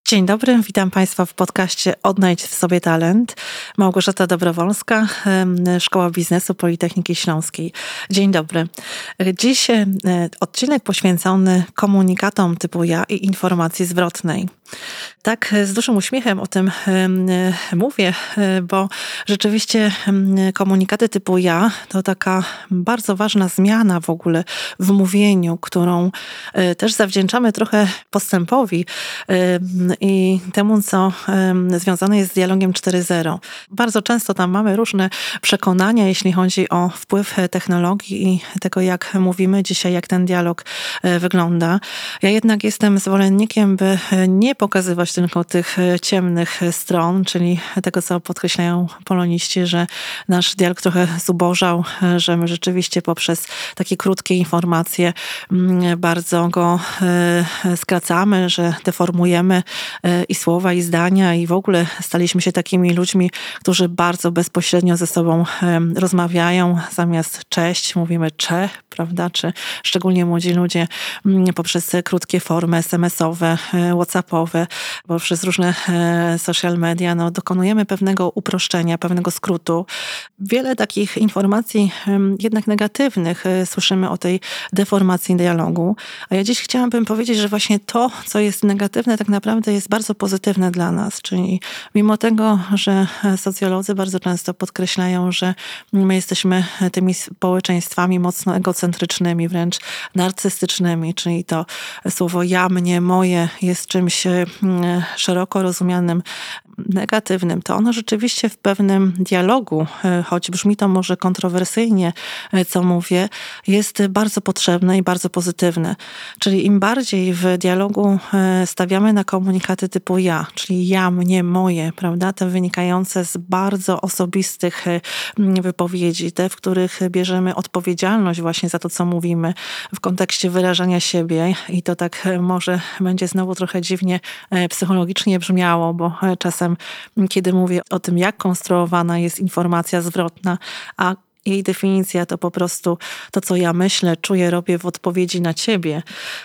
Dzień dobry, witam Państwa w podcaście Odnajdź w sobie talent. Małgorzata Dobrowolska, Szkoła Biznesu Politechniki Śląskiej. Dzień dobry. Dziś odcinek poświęcony komunikatom typu ja i informacji zwrotnej. Tak z dużym uśmiechem o tym mówię, bo rzeczywiście komunikaty typu ja to taka bardzo ważna zmiana w ogóle w mówieniu, którą też zawdzięczamy trochę postępowi i temu, co związane jest z dialogiem 4.0. Bardzo często tam mamy różne przekonania, jeśli chodzi o wpływ technologii i tego, jak mówimy dzisiaj, jak ten dialog wygląda. Ja jednak jestem zwolennikiem, by nie pokazywać tylko tych ciemnych stron, czyli tego, co podkreślają poloniści, że nasz dialog trochę zubożał, że my rzeczywiście poprzez takie krótkie informacje bardzo go skracamy, że deformujemy i słowa, i zdania, i w ogóle staliśmy się takimi ludźmi, którzy bardzo bezpośrednio ze sobą rozmawiają. Zamiast cześć mówimy cze, prawda? Czy szczególnie młodzi ludzie poprzez krótkie formy SMS-owe, WhatsAppowe, poprzez różne social media, dokonujemy pewnego uproszczenia, pewnego skrótu. Wiele takich informacji jednak negatywnych słyszymy o tej deformacji dialogu. A ja dziś chciałabym powiedzieć, że właśnie to, co jest negatywne, tak naprawdę jest bardzo pozytywne dla nas. Czyli mimo tego, że socjolodzy bardzo często podkreślają, że my jesteśmy tymi społeczeństwami mocno egocentrycznymi, wręcz narcystycznymi, czyli to słowo ja, mnie, moje jest czymś szeroko rozumianym negatywnym, to ono rzeczywiście w pewnym dialogu, choć brzmi to może kontrowersyjnie, co mówię, jest bardzo potrzebne i bardzo pozytywne. Czyli im bardziej w dialogu stawiamy na komunikaty typu ja, czyli ja, mnie, moje, prawda, te wynikające z bardzo osobistych wypowiedzi, te, w których bierzemy odpowiedzialność właśnie za to, co mówimy w kontekście wyrażania siebie i to tak może będzie znowu trochę dziwnie psychologicznie brzmiało, bo czasem, kiedy mówię o tym, jak konstruowana jest informacja zwrotna, a jej definicja to po prostu to, co ja myślę, czuję, robię w odpowiedzi na ciebie.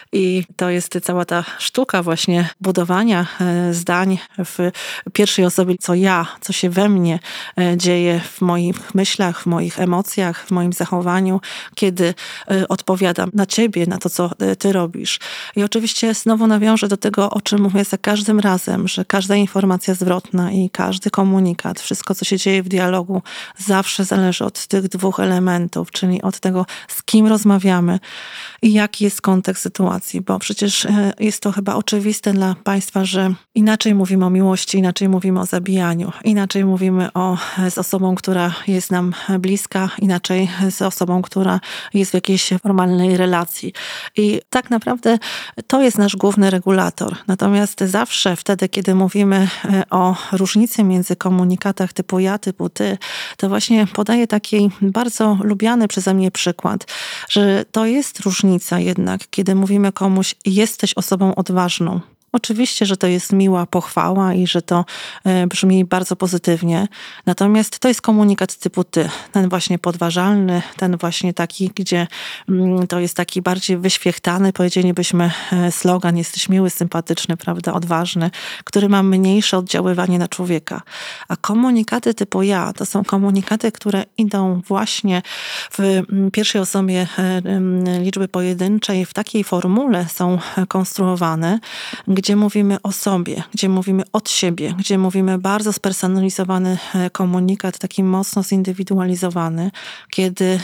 I to jest cała ta sztuka właśnie budowania zdań w pierwszej osobie, co ja, co się we mnie dzieje w moich myślach, w moich emocjach, w moim zachowaniu, kiedy odpowiadam na ciebie, na to, co ty robisz. I oczywiście znowu nawiążę do tego, o czym mówię za każdym razem, że każda informacja zwrotna i każdy komunikat, wszystko, co się dzieje w dialogu, zawsze zależy od tych dwóch elementów, czyli od tego, z kim rozmawiamy i jaki jest kontekst sytuacji, bo przecież jest to chyba oczywiste dla Państwa, że inaczej mówimy o miłości, inaczej mówimy o zabijaniu, inaczej mówimy z osobą, która jest nam bliska, inaczej z osobą, która jest w jakiejś formalnej relacji. I tak naprawdę to jest nasz główny regulator. Natomiast zawsze wtedy, kiedy mówimy o różnicy między komunikatach typu ja, typu ty, to właśnie podaję taki bardzo lubiany przeze mnie przykład, że to jest różnica jednak, kiedy mówimy komuś, jesteś osobą odważną. Oczywiście, że to jest miła pochwała i że to brzmi bardzo pozytywnie. Natomiast to jest komunikat typu ty. Ten właśnie podważalny, ten właśnie taki, gdzie to jest taki bardziej wyświechtany, powiedzielibyśmy slogan, jesteś miły, sympatyczny, prawda, odważny, który ma mniejsze oddziaływanie na człowieka. A komunikaty typu ja to są komunikaty, które idą właśnie w pierwszej osobie liczby pojedynczej, w takiej formule są konstruowane, gdzie mówimy o sobie, gdzie mówimy od siebie, gdzie mówimy bardzo spersonalizowany komunikat, taki mocno zindywidualizowany, kiedy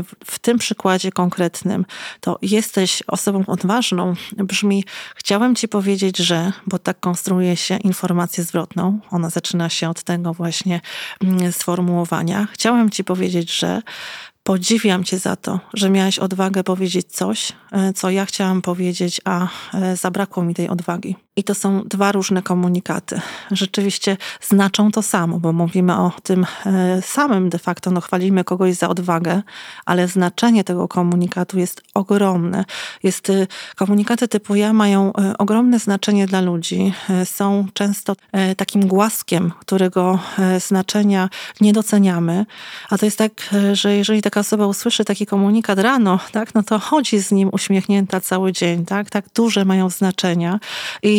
w tym przykładzie konkretnym to jesteś osobą odważną, brzmi chciałem ci powiedzieć, że, bo tak konstruuje się informację zwrotną, ona zaczyna się od tego właśnie sformułowania, chciałem ci powiedzieć, że podziwiam cię za to, że miałeś odwagę powiedzieć coś, co ja chciałam powiedzieć, a zabrakło mi tej odwagi. I to są dwa różne komunikaty. Rzeczywiście znaczą to samo, bo mówimy o tym samym de facto, chwalimy kogoś za odwagę, ale znaczenie tego komunikatu jest ogromne. Komunikaty typu ja mają ogromne znaczenie dla ludzi. Są często takim głaskiem, którego znaczenia nie doceniamy. A to jest tak, że jeżeli taka osoba usłyszy taki komunikat rano, tak, no to chodzi z nim uśmiechnięta cały dzień. Tak duże mają znaczenia. I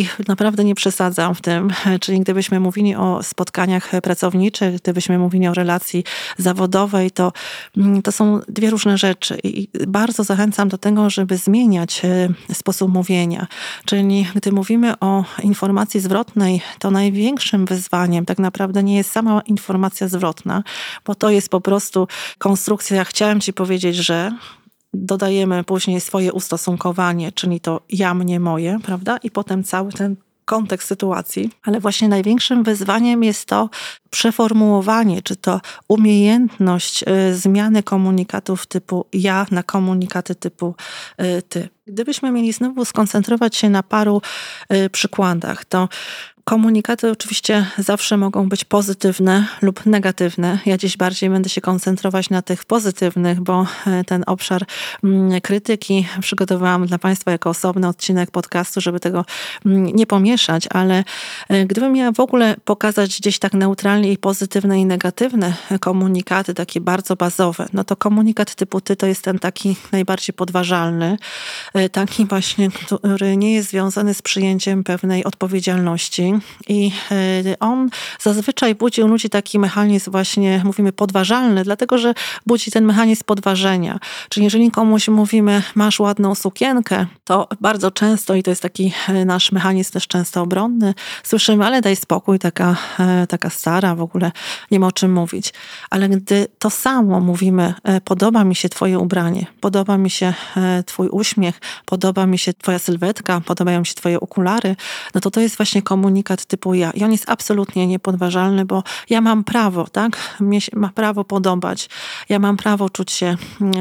naprawdę nie przesadzam w tym. Czyli gdybyśmy mówili o spotkaniach pracowniczych, gdybyśmy mówili o relacji zawodowej, to są dwie różne rzeczy. I bardzo zachęcam do tego, żeby zmieniać sposób mówienia. Czyli gdy mówimy o informacji zwrotnej, to największym wyzwaniem tak naprawdę nie jest sama informacja zwrotna, bo to jest po prostu konstrukcja, chciałem ci powiedzieć, że dodajemy później swoje ustosunkowanie, czyli to ja, mnie, moje, prawda? I potem cały ten kontekst sytuacji, ale właśnie największym wyzwaniem jest to przeformułowanie, czy to umiejętność zmiany komunikatów typu ja na komunikaty typu ty. Gdybyśmy mieli znowu skoncentrować się na paru przykładach, to komunikaty oczywiście zawsze mogą być pozytywne lub negatywne. Ja dziś bardziej będę się koncentrować na tych pozytywnych, bo ten obszar krytyki przygotowałam dla Państwa jako osobny odcinek podcastu, żeby tego nie pomieszać, ale gdybym miała w ogóle pokazać gdzieś tak neutralnie i pozytywne i negatywne komunikaty, takie bardzo bazowe, no to komunikat typu ty to jest ten taki najbardziej podważalny, taki właśnie, który nie jest związany z przyjęciem pewnej odpowiedzialności. I on zazwyczaj budzi u ludzi taki mechanizm właśnie, mówimy podważalny, dlatego że budzi ten mechanizm podważenia. Czyli jeżeli komuś mówimy, masz ładną sukienkę, to bardzo często, i to jest taki nasz mechanizm też często obronny, słyszymy, ale daj spokój, taka stara, w ogóle nie ma o czym mówić. Ale gdy to samo mówimy, podoba mi się twoje ubranie, podoba mi się twój uśmiech, podoba mi się twoja sylwetka, podobają mi się twoje okulary, no to jest właśnie komunikat typu ja. I on jest absolutnie niepodważalny, bo ja mam prawo, tak? Mnie się ma prawo podobać. Ja mam prawo czuć się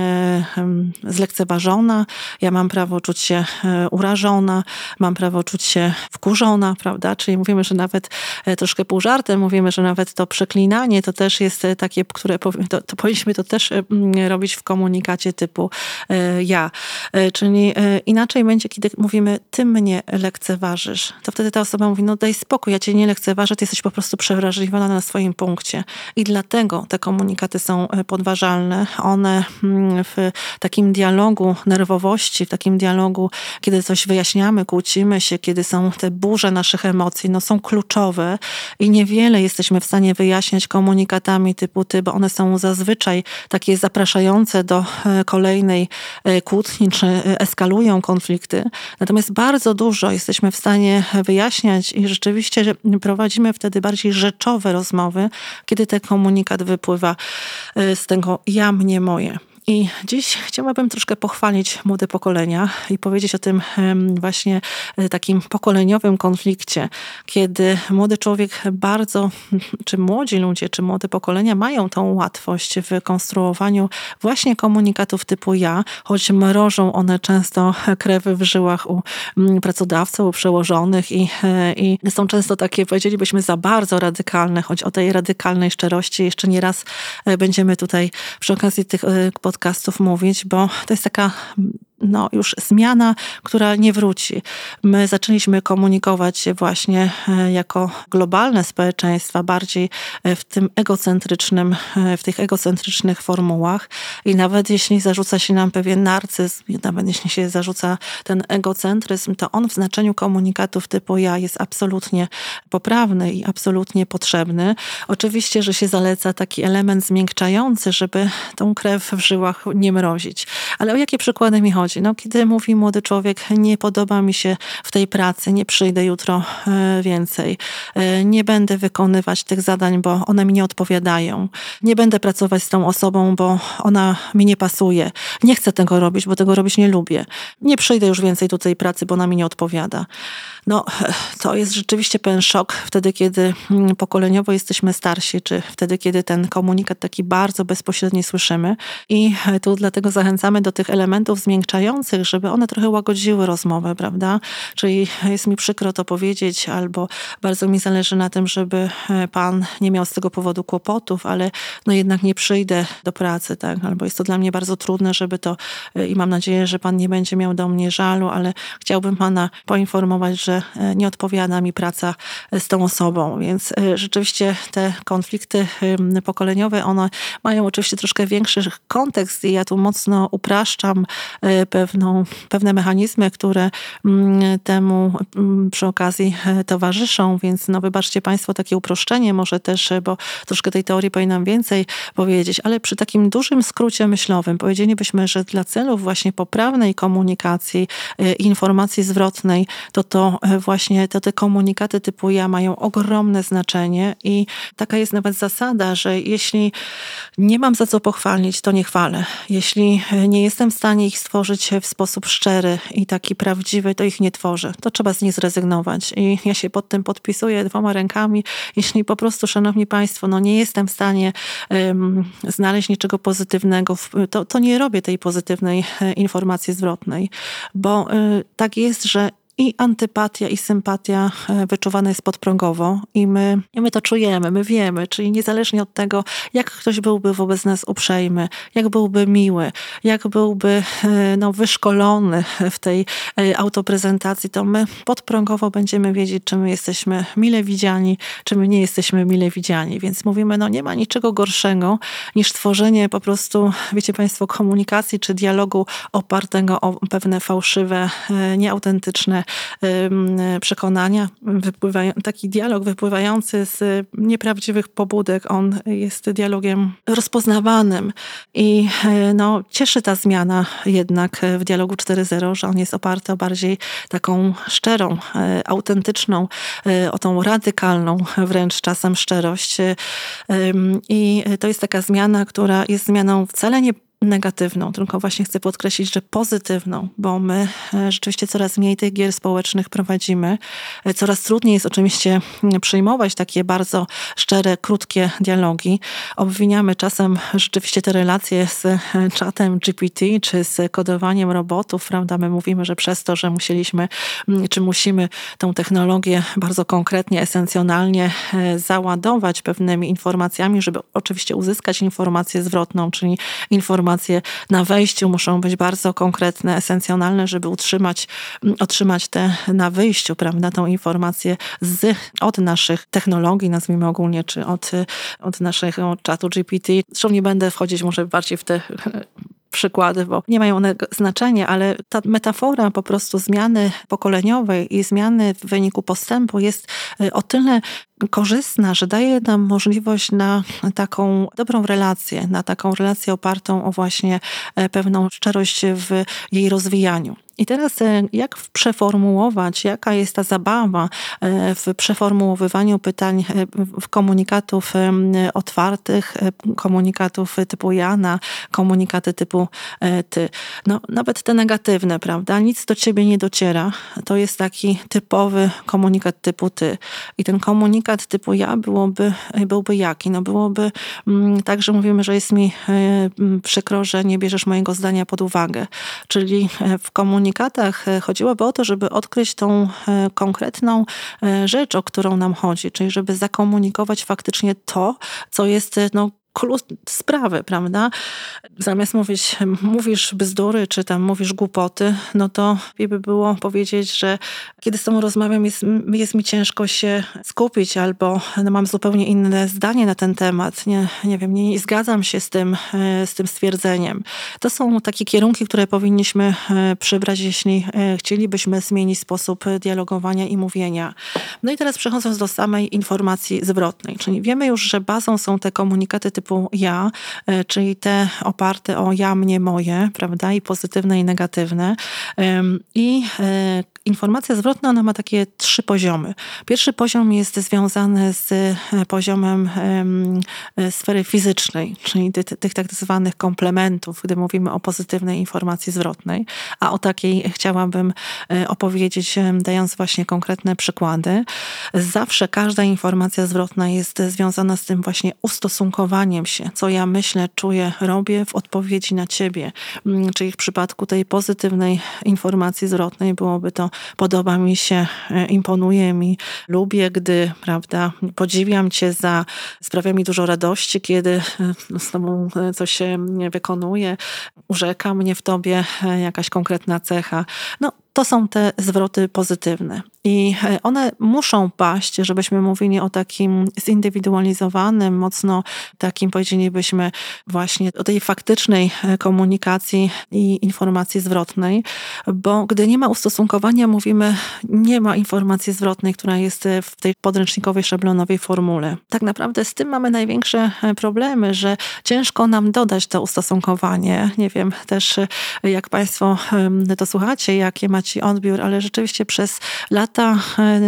zlekceważona, ja mam prawo czuć się urażona, mam prawo czuć się wkurzona, prawda? Czyli mówimy, że nawet troszkę pół żartem, mówimy, że nawet to przeklinanie to też jest takie, które to powinniśmy to też robić w komunikacie typu ja. Czyli inaczej będzie, kiedy mówimy, ty mnie lekceważysz. To wtedy ta osoba mówi, no daj spokój, ja cię nie lekceważę, ty jesteś po prostu przewrażliwiona na swoim punkcie. I dlatego te komunikaty są podważalne. One w takim dialogu nerwowości, w takim dialogu, kiedy coś wyjaśniamy, kłócimy się, kiedy są te burze naszych emocji, no są kluczowe i niewiele jesteśmy w stanie wyjaśniać komunikatami typu ty, bo one są zazwyczaj takie zapraszające do kolejnej kłótni, czy eskalują konflikty. Natomiast bardzo dużo jesteśmy w stanie wyjaśniać i rzeczywiście prowadzimy wtedy bardziej rzeczowe rozmowy, kiedy ten komunikat wypływa z tego ja, mnie, moje. I dziś chciałabym troszkę pochwalić młode pokolenia i powiedzieć o tym właśnie takim pokoleniowym konflikcie, kiedy młody człowiek bardzo, czy młodzi ludzie, czy młode pokolenia mają tą łatwość w konstruowaniu właśnie komunikatów typu ja, choć mrożą one często krew w żyłach u pracodawców, u przełożonych i są często takie, powiedzielibyśmy, za bardzo radykalne, choć o tej radykalnej szczerości jeszcze nie raz będziemy tutaj przy okazji tych podcastów mówić, bo to jest taka już zmiana, która nie wróci. My zaczęliśmy komunikować się właśnie jako globalne społeczeństwa, bardziej w tych egocentrycznych formułach i nawet jeśli zarzuca się nam pewien narcyzm, nawet jeśli się zarzuca ten egocentryzm, to on w znaczeniu komunikatów typu ja jest absolutnie poprawny i absolutnie potrzebny. Oczywiście, że się zaleca taki element zmiękczający, żeby tą krew w żyłach nie mrozić. Ale o jakie przykłady mi chodzi? No, kiedy mówi młody człowiek, nie podoba mi się w tej pracy, nie przyjdę jutro więcej, nie będę wykonywać tych zadań, bo one mi nie odpowiadają, nie będę pracować z tą osobą, bo ona mi nie pasuje, nie chcę tego robić, bo tego robić nie lubię, nie przyjdę już więcej do tej pracy, bo ona mi nie odpowiada. No, to jest rzeczywiście pewien szok wtedy, kiedy pokoleniowo jesteśmy starsi, czy wtedy, kiedy ten komunikat taki bardzo bezpośredni słyszymy. I tu dlatego zachęcamy do tych elementów zmiękczających, żeby one trochę łagodziły rozmowę, prawda? Czyli jest mi przykro to powiedzieć, albo bardzo mi zależy na tym, żeby pan nie miał z tego powodu kłopotów, ale no jednak nie przyjdę do pracy, tak? Albo jest to dla mnie bardzo trudne, żeby to i mam nadzieję, że pan nie będzie miał do mnie żalu, ale chciałbym pana poinformować, że nie odpowiada mi praca z tą osobą. Więc rzeczywiście te konflikty pokoleniowe, one mają oczywiście troszkę większy kontekst i ja tu mocno upraszczam pewne mechanizmy, które temu przy okazji towarzyszą, więc wybaczcie Państwo takie uproszczenie może też, bo troszkę tej teorii powinnam więcej powiedzieć, ale przy takim dużym skrócie myślowym powiedzielibyśmy, że dla celów właśnie poprawnej komunikacji i informacji zwrotnej, to właśnie te komunikaty typu ja mają ogromne znaczenie i taka jest nawet zasada, że jeśli nie mam za co pochwalić, to nie chwalę. Jeśli nie jestem w stanie ich stworzyć w sposób szczery i taki prawdziwy, to ich nie tworzę. To trzeba z nich zrezygnować. I ja się pod tym podpisuję 2 rękami. Jeśli po prostu, szanowni Państwo, nie jestem w stanie znaleźć niczego pozytywnego, to nie robię tej pozytywnej informacji zwrotnej. Bo tak jest, że i antypatia, i sympatia wyczuwana jest podprogowo i my to czujemy, my wiemy, czyli niezależnie od tego, jak ktoś byłby wobec nas uprzejmy, jak byłby miły, jak byłby wyszkolony w tej autoprezentacji, to my podprogowo będziemy wiedzieć, czy my jesteśmy mile widziani, czy my nie jesteśmy mile widziani. Więc mówimy, nie ma niczego gorszego niż tworzenie po prostu, wiecie Państwo, komunikacji czy dialogu opartego o pewne fałszywe, nieautentyczne przekonania. Taki dialog wypływający z nieprawdziwych pobudek, on jest dialogiem rozpoznawanym i cieszy ta zmiana jednak w dialogu 4.0, że on jest oparty o bardziej taką szczerą, autentyczną, o tą radykalną wręcz czasem szczerość. I to jest taka zmiana, która jest zmianą wcale nie negatywną, tylko właśnie chcę podkreślić, że pozytywną, bo my rzeczywiście coraz mniej tych gier społecznych prowadzimy. Coraz trudniej jest oczywiście przyjmować takie bardzo szczere, krótkie dialogi. Obwiniamy czasem rzeczywiście te relacje z czatem GPT czy z kodowaniem robotów, prawda? My mówimy, że przez to, że musimy tą technologię bardzo konkretnie, esencjonalnie załadować pewnymi informacjami, żeby oczywiście uzyskać informację zwrotną, czyli informacje na wejściu muszą być bardzo konkretne, esencjonalne, żeby otrzymać te na wyjściu, prawda, tą informację od naszych technologii, nazwijmy ogólnie, czy od naszego czatu GPT. Zresztą nie będę wchodzić może bardziej w te przykłady, bo nie mają one znaczenia, ale ta metafora po prostu zmiany pokoleniowej i zmiany w wyniku postępu jest o tyle korzystna, że daje nam możliwość na taką dobrą relację, na taką relację opartą o właśnie pewną szczerość w jej rozwijaniu. I teraz jak przeformułować, jaka jest ta zabawa w przeformułowywaniu pytań, w komunikatów otwartych, komunikatów typu ja na komunikaty typu ty. Nawet te negatywne, prawda? Nic do ciebie nie dociera. To jest taki typowy komunikat typu ty. I ten komunikat typu ja byłby jaki? Byłoby tak, że mówimy, że jest mi przykro, że nie bierzesz mojego zdania pod uwagę. Czyli w komunikatach chodziłoby o to, żeby odkryć tą konkretną rzecz, o którą nam chodzi, czyli żeby zakomunikować faktycznie to, co jest klucz sprawy, prawda? Zamiast mówisz bzdury, czy tam mówisz głupoty, to lepiej by było powiedzieć, że kiedy z tobą rozmawiam, jest mi ciężko się skupić, albo mam zupełnie inne zdanie na ten temat. Nie zgadzam się z tym stwierdzeniem. To są takie kierunki, które powinniśmy przybrać, jeśli chcielibyśmy zmienić sposób dialogowania i mówienia. I teraz przechodząc do samej informacji zwrotnej, czyli wiemy już, że bazą są te komunikaty typu ja, czyli te oparte o ja, mnie, moje, prawda, i pozytywne i negatywne. I informacja zwrotna, ona ma takie 3 poziomy. Pierwszy poziom jest związany z poziomem sfery fizycznej, czyli tych tak zwanych komplementów, gdy mówimy o pozytywnej informacji zwrotnej. A o takiej chciałabym opowiedzieć, dając właśnie konkretne przykłady. Zawsze każda informacja zwrotna jest związana z tym właśnie ustosunkowaniem się, co ja myślę, czuję, robię w odpowiedzi na ciebie. Czyli w przypadku tej pozytywnej informacji zwrotnej byłoby to podoba mi się, imponuje mi, lubię, gdy, prawda, podziwiam cię sprawia mi dużo radości, kiedy z tobą coś się wykonuje, urzeka mnie w tobie jakaś konkretna cecha. To są te zwroty pozytywne. I one muszą paść, żebyśmy mówili o takim zindywidualizowanym, mocno takim, powiedzielibyśmy, właśnie o tej faktycznej komunikacji i informacji zwrotnej, bo gdy nie ma ustosunkowania, mówimy, nie ma informacji zwrotnej, która jest w tej podręcznikowej, szablonowej formule. Tak naprawdę z tym mamy największe problemy, że ciężko nam dodać to ustosunkowanie. Nie wiem też, jak Państwo to słuchacie, jaki macie odbiór, ale rzeczywiście przez lata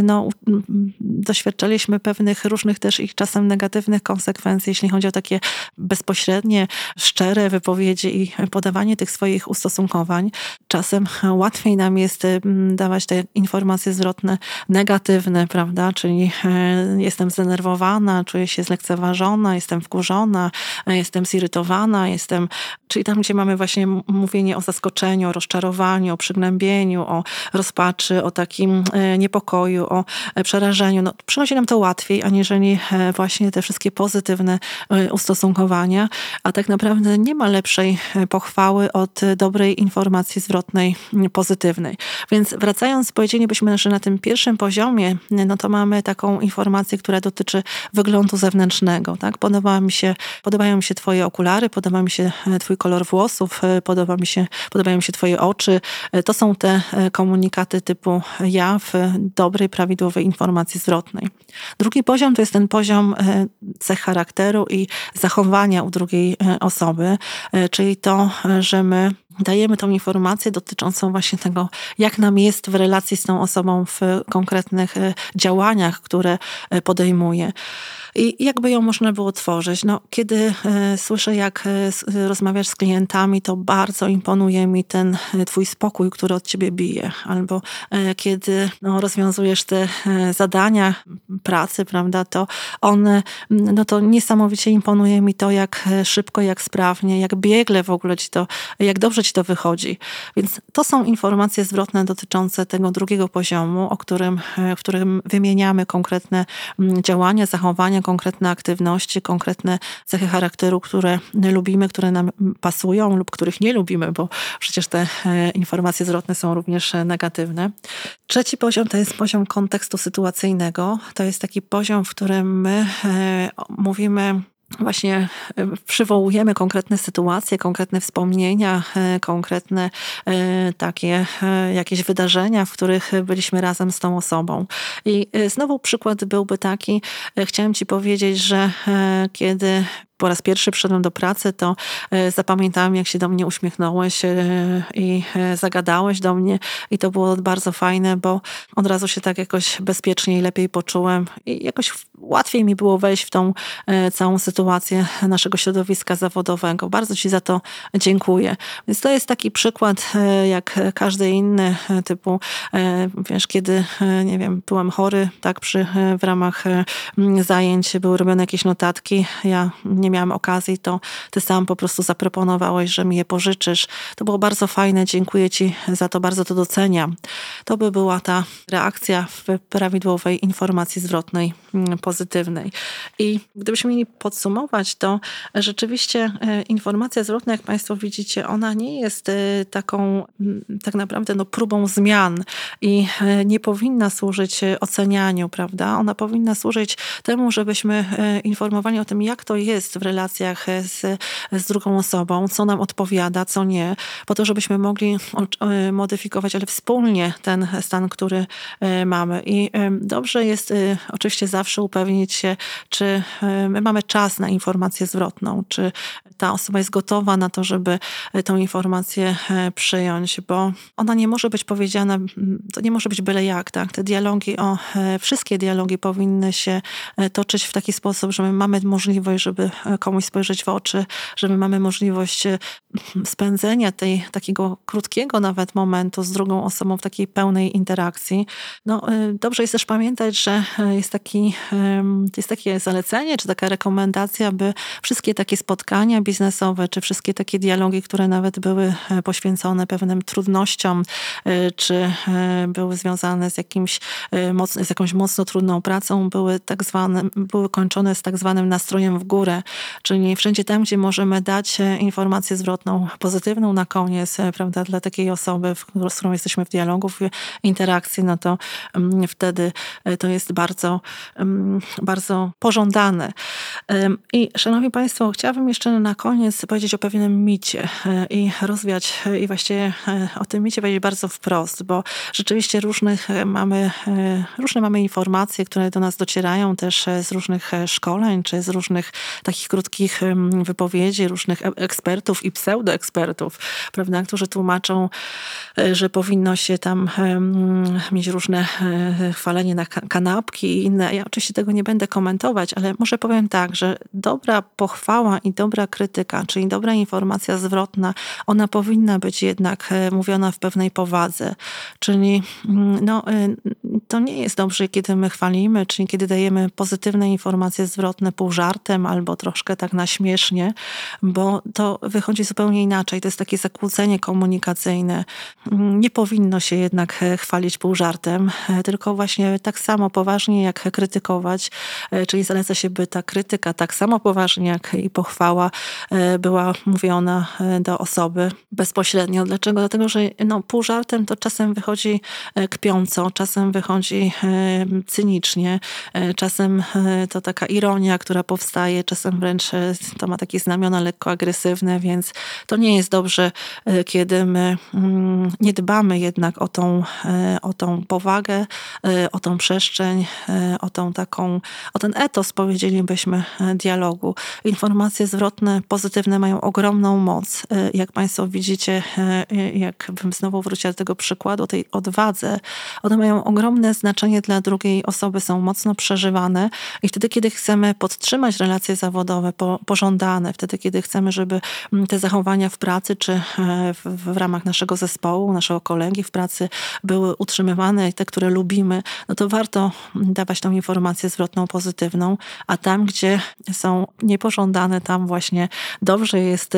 doświadczaliśmy pewnych różnych też ich czasem negatywnych konsekwencji, jeśli chodzi o takie bezpośrednie, szczere wypowiedzi i podawanie tych swoich ustosunkowań. Czasem łatwiej nam jest dawać te informacje zwrotne negatywne, prawda? Czyli jestem zdenerwowana, czuję się zlekceważona, jestem wkurzona, jestem zirytowana, czyli tam, gdzie mamy właśnie mówienie o zaskoczeniu, o rozczarowaniu, o przygnębieniu, o rozpaczy, o takim niepokoju, o przerażeniu. Przychodzi nam to łatwiej, aniżeli właśnie te wszystkie pozytywne ustosunkowania, a tak naprawdę nie ma lepszej pochwały od dobrej informacji zwrotnej pozytywnej. Więc wracając, powiedzielibyśmy, że na tym pierwszym poziomie, to mamy taką informację, która dotyczy wyglądu zewnętrznego. Tak? Podobają mi się twoje okulary, podoba mi się twój kolor włosów, podobają mi się twoje oczy. To są te komunikaty typu ja w dobrej, prawidłowej informacji zwrotnej. Drugi poziom to jest ten poziom cech charakteru i zachowania u drugiej osoby, czyli to, że my dajemy tą informację dotyczącą właśnie tego, jak nam jest w relacji z tą osobą w konkretnych działaniach, które podejmuje. I jakby ją można było tworzyć? Kiedy słyszę, jak rozmawiasz z klientami, to bardzo imponuje mi ten twój spokój, który od ciebie bije. Albo kiedy rozwiązujesz te zadania pracy, prawda, to to niesamowicie imponuje mi to, jak szybko, jak sprawnie, jak biegle w ogóle jak dobrze ci to wychodzi. Więc to są informacje zwrotne dotyczące tego drugiego poziomu, w którym wymieniamy konkretne działania, zachowania, konkretne aktywności, konkretne cechy charakteru, które lubimy, które nam pasują lub których nie lubimy, bo przecież te informacje zwrotne są również negatywne. Trzeci poziom to jest poziom kontekstu sytuacyjnego. To jest taki poziom, w którym my mówimy, właśnie przywołujemy konkretne sytuacje, konkretne wspomnienia, konkretne takie jakieś wydarzenia, w których byliśmy razem z tą osobą. I znowu przykład byłby taki, chciałem ci powiedzieć, że kiedy po raz pierwszy przyszedłem do pracy, to zapamiętałam, jak się do mnie uśmiechnąłeś i zagadałeś do mnie i to było bardzo fajne, bo od razu się tak jakoś bezpieczniej, lepiej poczułem i jakoś łatwiej mi było wejść w tą całą sytuację naszego środowiska zawodowego. Bardzo ci za to dziękuję. Więc to jest taki przykład, jak każdy inny, typu, wiesz, kiedy, nie wiem, byłem chory, tak, w ramach zajęć były robione jakieś notatki, ja nie miałam okazji, to ty sam po prostu zaproponowałeś, że mi je pożyczysz. To było bardzo fajne, dziękuję ci za to, bardzo to doceniam. To by była ta reakcja w prawidłowej informacji zwrotnej pozytywnej. I gdybyśmy mieli podsumować, to rzeczywiście informacja zwrotna, jak Państwo widzicie, ona nie jest taką tak naprawdę próbą zmian i nie powinna służyć ocenianiu, prawda? Ona powinna służyć temu, żebyśmy informowali o tym, jak to jest w relacjach z drugą osobą, co nam odpowiada, co nie, po to, żebyśmy mogli modyfikować, ale wspólnie ten stan, który mamy. I dobrze jest oczywiście zawsze upewnić się, czy my mamy czas na informację zwrotną, czy ta osoba jest gotowa na to, żeby tą informację przyjąć, bo ona nie może być powiedziana, to nie może być byle jak, tak? Wszystkie dialogi powinny się toczyć w taki sposób, że my mamy możliwość, żeby komuś spojrzeć w oczy, że my mamy możliwość spędzenia takiego krótkiego nawet momentu z drugą osobą w takiej pełnej interakcji. Dobrze jest też pamiętać, że jest takie zalecenie, czy taka rekomendacja, by wszystkie takie spotkania biznesowe, czy wszystkie takie dialogi, które nawet były poświęcone pewnym trudnościom, czy były związane z jakąś mocno trudną pracą, były kończone z tak zwanym nastrojem w górę, czyli wszędzie tam, gdzie możemy dać informację zwrotną pozytywną na koniec, prawda, dla takiej osoby, z którą jesteśmy w dialogu, w interakcji, no to wtedy to jest bardzo, bardzo pożądane. I szanowni Państwo, chciałabym jeszcze na koniec powiedzieć o pewnym micie i rozwiać i właściwie o tym micie powiedzieć bardzo wprost, bo rzeczywiście różne mamy informacje, które do nas docierają też z różnych szkoleń, czy z różnych takich krótkich wypowiedzi różnych ekspertów i pseudoekspertów, prawda, którzy tłumaczą, że powinno się tam mieć różne chwalenie na kanapki i inne. Ja oczywiście tego nie będę komentować, ale może powiem tak, że dobra pochwała i dobra krytyka, czyli dobra informacja zwrotna, ona powinna być jednak mówiona w pewnej powadze. Czyli to nie jest dobrze, kiedy my chwalimy, czyli kiedy dajemy pozytywne informacje zwrotne pół żartem albo troszkę tak na śmiesznie, bo to wychodzi zupełnie inaczej. To jest takie zakłócenie komunikacyjne. Nie powinno się jednak chwalić pół żartem, tylko właśnie tak samo poważnie jak krytykować, czyli zaleca się, by ta krytyka tak samo poważnie jak i pochwała była mówiona do osoby bezpośrednio. Dlaczego? Dlatego, że pół żartem to czasem wychodzi kpiąco, czasem wychodzi cynicznie, czasem to taka ironia, która powstaje, czasem wręcz to ma takie znamiona lekko agresywne, więc to nie jest dobrze, kiedy my nie dbamy jednak o tą powagę, o tą przestrzeń, o ten etos, powiedzielibyśmy, dialogu. Informacje zwrotne, pozytywne mają ogromną moc. Jak Państwo widzicie, jakbym znowu wróciła do tego przykładu, o tej odwadze, one mają ogromne znaczenie dla drugiej osoby, są mocno przeżywane i wtedy, kiedy chcemy podtrzymać relacje zawodowe pożądane, wtedy, kiedy chcemy, żeby te zachowania w pracy, czy w ramach naszego zespołu, naszego kolegi w pracy były utrzymywane, te, które lubimy, no to warto dawać tą informację zwrotną pozytywną, a tam, gdzie są niepożądane, tam właśnie dobrze jest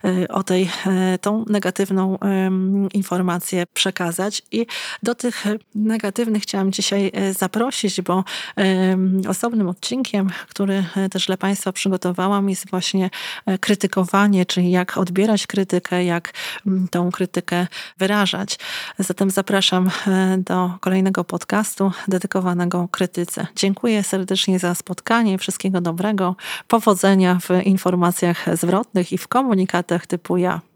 tą negatywną informację przekazać. I do tych negatywnych chciałam dzisiaj zaprosić, bo osobnym odcinkiem, który też dla Państwa przygotowałam, jest właśnie krytykowanie, czyli jak odbierać krytykę, jak tą krytykę wyrażać. Zatem zapraszam do kolejnego podcastu dedykowanego krytyce. Dziękuję serdecznie za spotkanie, wszystkiego dobrego, powodzenia w informacjach zwrotnych i w komunikatach typu ja.